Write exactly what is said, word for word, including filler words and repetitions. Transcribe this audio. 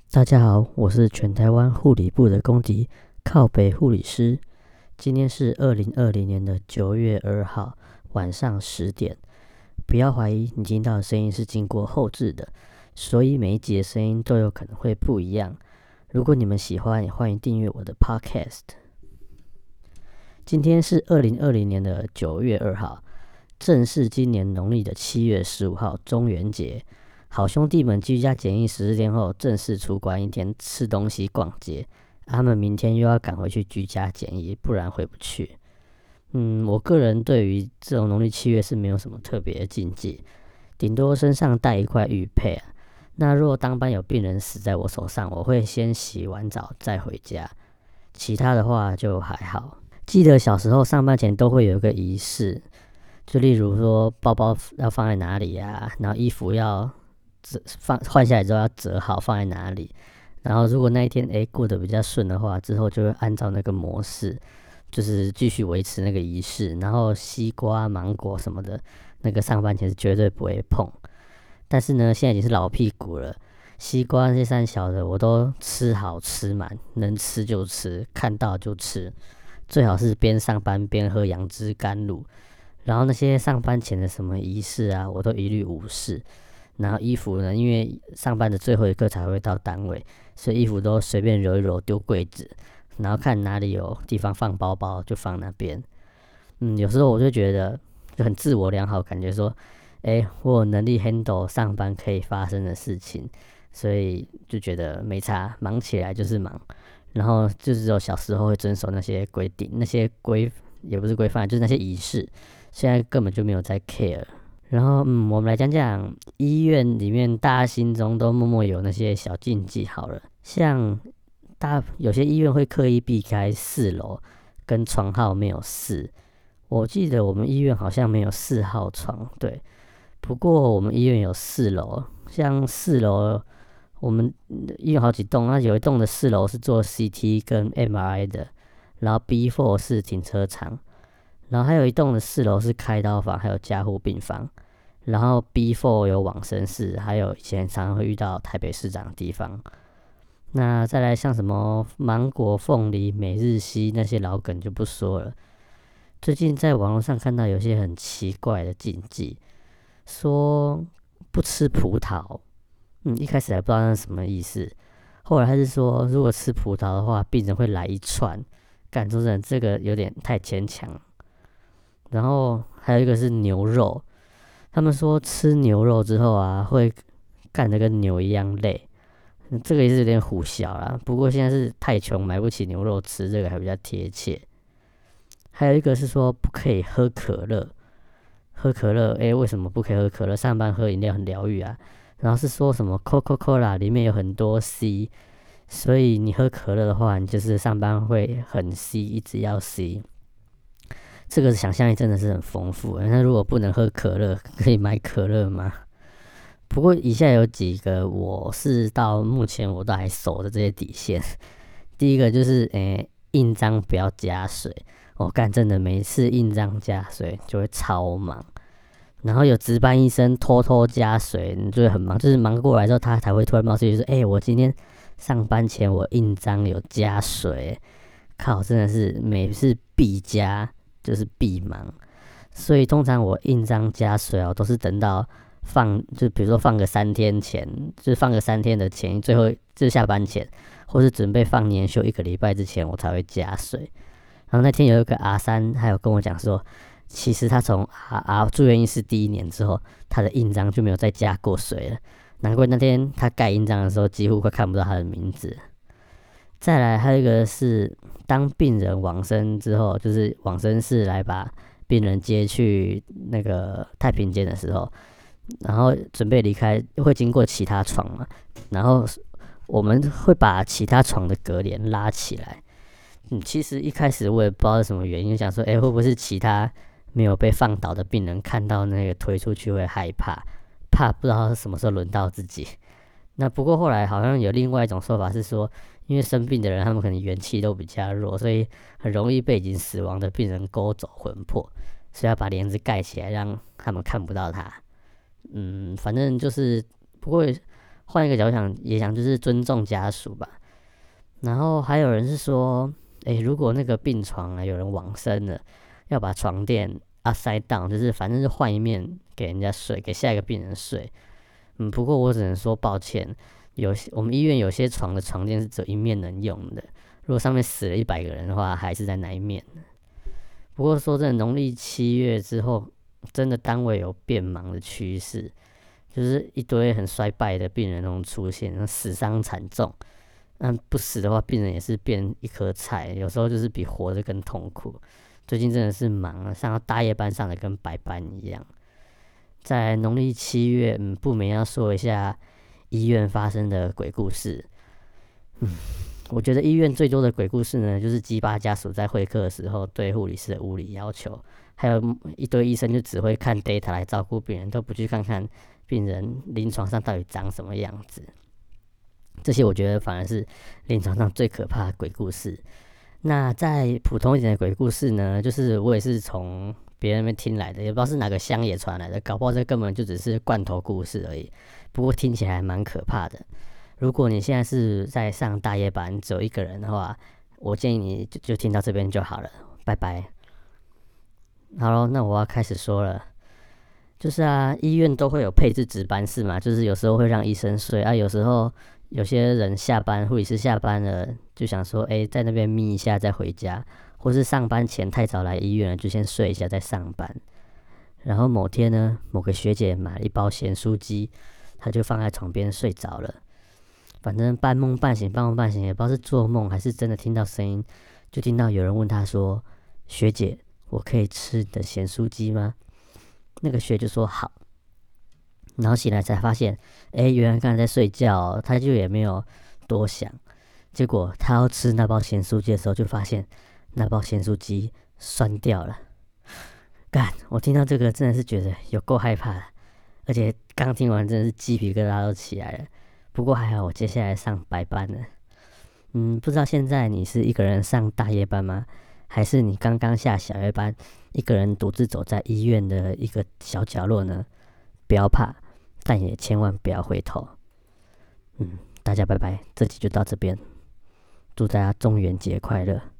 大家好，我是全台湾护理部的公敌靠北护理师。今天是二零二零年的九月二号晚上十点。不要怀疑你听到的声音是经过后制的，所以每一集的声音都有可能会不一样。如果你们喜欢，也欢迎订阅我的 podcast。今天是二零二零年的九月二号，正是今年农历的七月十五号中元节。好兄弟们居家检疫十四天后，正式出关一天吃东西逛街。他们明天又要赶回去居家检疫，不然回不去。嗯，我个人对于这种农历七月是没有什么特别的禁忌，顶多身上带一块玉佩啊。那若当班有病人死在我手上，我会先洗完澡再回家，其他的话就还好。记得小时候上班前都会有一个仪式，就例如说包包要放在哪里啊，然后衣服要放换下来之后要折好放在哪里，然后如果那一天诶过得比较顺的话，之后就会按照那个模式，就是继续维持那个仪式。然后西瓜、芒果什么的，那个上班前是绝对不会碰。但是呢，现在已经是老屁股了，西瓜那些三小的我都吃好吃满，能吃就吃，看到就吃，最好是边上班边喝杨枝甘露。然后那些上班前的什么仪式啊，我都一律无视。然后衣服呢，因为上班的最后一刻才会到单位，所以衣服都随便揉一揉丢柜子，然后看哪里有地方放包包就放那边。嗯，有时候我就觉得就很自我良好，感觉说，哎，我有能力 handle 上班可以发生的事情，所以就觉得没差，忙起来就是忙。然后就只有小时候会遵守那些规定，那些规也不是规范，就是那些仪式，现在根本就没有在 care。然后，嗯，我们来讲讲医院里面大家心中都默默有那些小禁忌。好了，像大有些医院会刻意避开四楼，跟床号没有四。我记得我们医院好像没有四号床，对。不过我们医院有四楼，像四楼我们医院好几栋，那有一栋的四楼是做 C T 跟 M R I 的，然后 B 四 是停车场。然后还有一栋的四楼是开刀房，还有加护病房。然后 B 四 有往生室，还有以前常常会遇到台北市长的地方。那再来像什么芒果、凤梨、每日西那些老梗就不说了。最近在网络上看到有些很奇怪的禁忌，说不吃葡萄。嗯，一开始还不知道那是什么意思，后来他是说如果吃葡萄的话，病人会来一串。干，说真的，这个有点太牵强了。然后还有一个是牛肉，他们说吃牛肉之后啊，会干得跟牛一样累，这个也是有点唬小啦。不过现在是太穷买不起牛肉吃，这个还比较贴切。还有一个是说不可以喝可乐，喝可乐，诶，为什么不可以喝可乐？上班喝饮料很疗愈啊。然后是说什么 Coca-Cola 里面有很多 C， 所以你喝可乐的话，你就是上班会很 C， 一直要 C。这个想象力真的是很丰富。那如果不能喝可乐，可以买可乐吗？不过以下有几个我是到目前我都还守的这些底线。第一个就是，诶，印章不要加水。我、哦、干真的每次印章加水就会超忙。然后有值班医生偷偷加水，你就会很忙，就是忙过来之后，他才会突然冒出去说：“哎、欸，我今天上班前我印章有加水。”靠，真的是每次必加。就是必忙，所以通常我印章加水哦，都是等到放，就比如说放个三天前，就是放个三天的前，最后就是下班前，或是准备放年休一个礼拜之前，我才会加水。然后那天有一个阿三，还有跟我讲说，其实他从啊啊住院医师第一年之后，他的印章就没有再加过水了，难怪那天他盖印章的时候，几乎快看不到他的名字。再来还有一个是，当病人往生之后，就是往生室来把病人接去那个太平间的时候，然后准备离开，会经过其他床嘛，然后我们会把其他床的隔帘拉起来。嗯，其实一开始我也不知道是什么原因，想说，哎、欸，会不会是其他没有被放倒的病人看到那个推出去会害怕，怕不知道什么时候轮到自己。那不过后来好像有另外一种说法是说，因为生病的人他们可能元气都比较弱，所以很容易被已经死亡的病人勾走魂魄，所以要把帘子盖起来，让他们看不到他。嗯，反正就是，不过换一个角度想，也想就是尊重家属吧。然后还有人是说，诶，如果那个病床啊有人往生了，要把床垫 upside down，就是反正是换一面给人家睡，给下一个病人睡。嗯，不过我只能说抱歉，有些我们医院有些床的床垫是只有一面能用的，如果上面死了一百个人的话，还是在那一面。不过说真的，农历七月之后，真的单位有变忙的趋势，就是一堆很衰败的病人都出现，死伤惨重。那不死的话，病人也是变一颗菜，有时候就是比活着更痛苦。最近真的是忙啊，上到大夜班上的跟白班一样。在农历七月，嗯，不免要说一下医院发生的鬼故事。嗯，我觉得医院最多的鬼故事呢，就是鸡巴家属在会客的时候对护理师的无理要求，还有一堆医生就只会看 data 来照顾病人，都不去看看病人临床上到底长什么样子。这些我觉得反而是临床上最可怕的鬼故事。那在普通一点的鬼故事呢，就是我也是从别人那边听来的，也不知道是哪个乡野传来的，搞不好这根本就只是罐头故事而已。不过听起来蛮可怕的。如果你现在是在上大夜班，只有一个人的话，我建议你 就, 就听到这边就好了，拜拜。好咯，那我要开始说了。就是啊，医院都会有配置值班室嘛，就是有时候会让医生睡啊，有时候有些人下班，护理师下班了，就想说，哎、欸，在那边眯一下再回家，或是上班前太早来医院了，就先睡一下再上班。然后某天呢，某个学姐买了一包咸酥鸡，她就放在床边睡着了。反正半梦半醒，半梦半醒，也不知道是做梦还是真的听到声音，就听到有人问她说：“学姐，我可以吃你的咸酥鸡吗？”那个学就说好。然后醒来才发现，哎，原来刚才在睡觉哦，他就也没有多想。结果他要吃那包咸酥鸡的时候，就发现那包咸酥鸡酸掉了。干，我听到这个真的是觉得有够害怕的，而且刚听完真的是鸡皮疙瘩都起来了。不过还好，我接下来上白班了。嗯，不知道现在你是一个人上大夜班吗？还是你刚刚下小夜班，一个人独自走在医院的一个小角落呢？不要怕，但也千万不要回头。嗯，大家拜拜，这集就到这边，祝大家中元节快乐。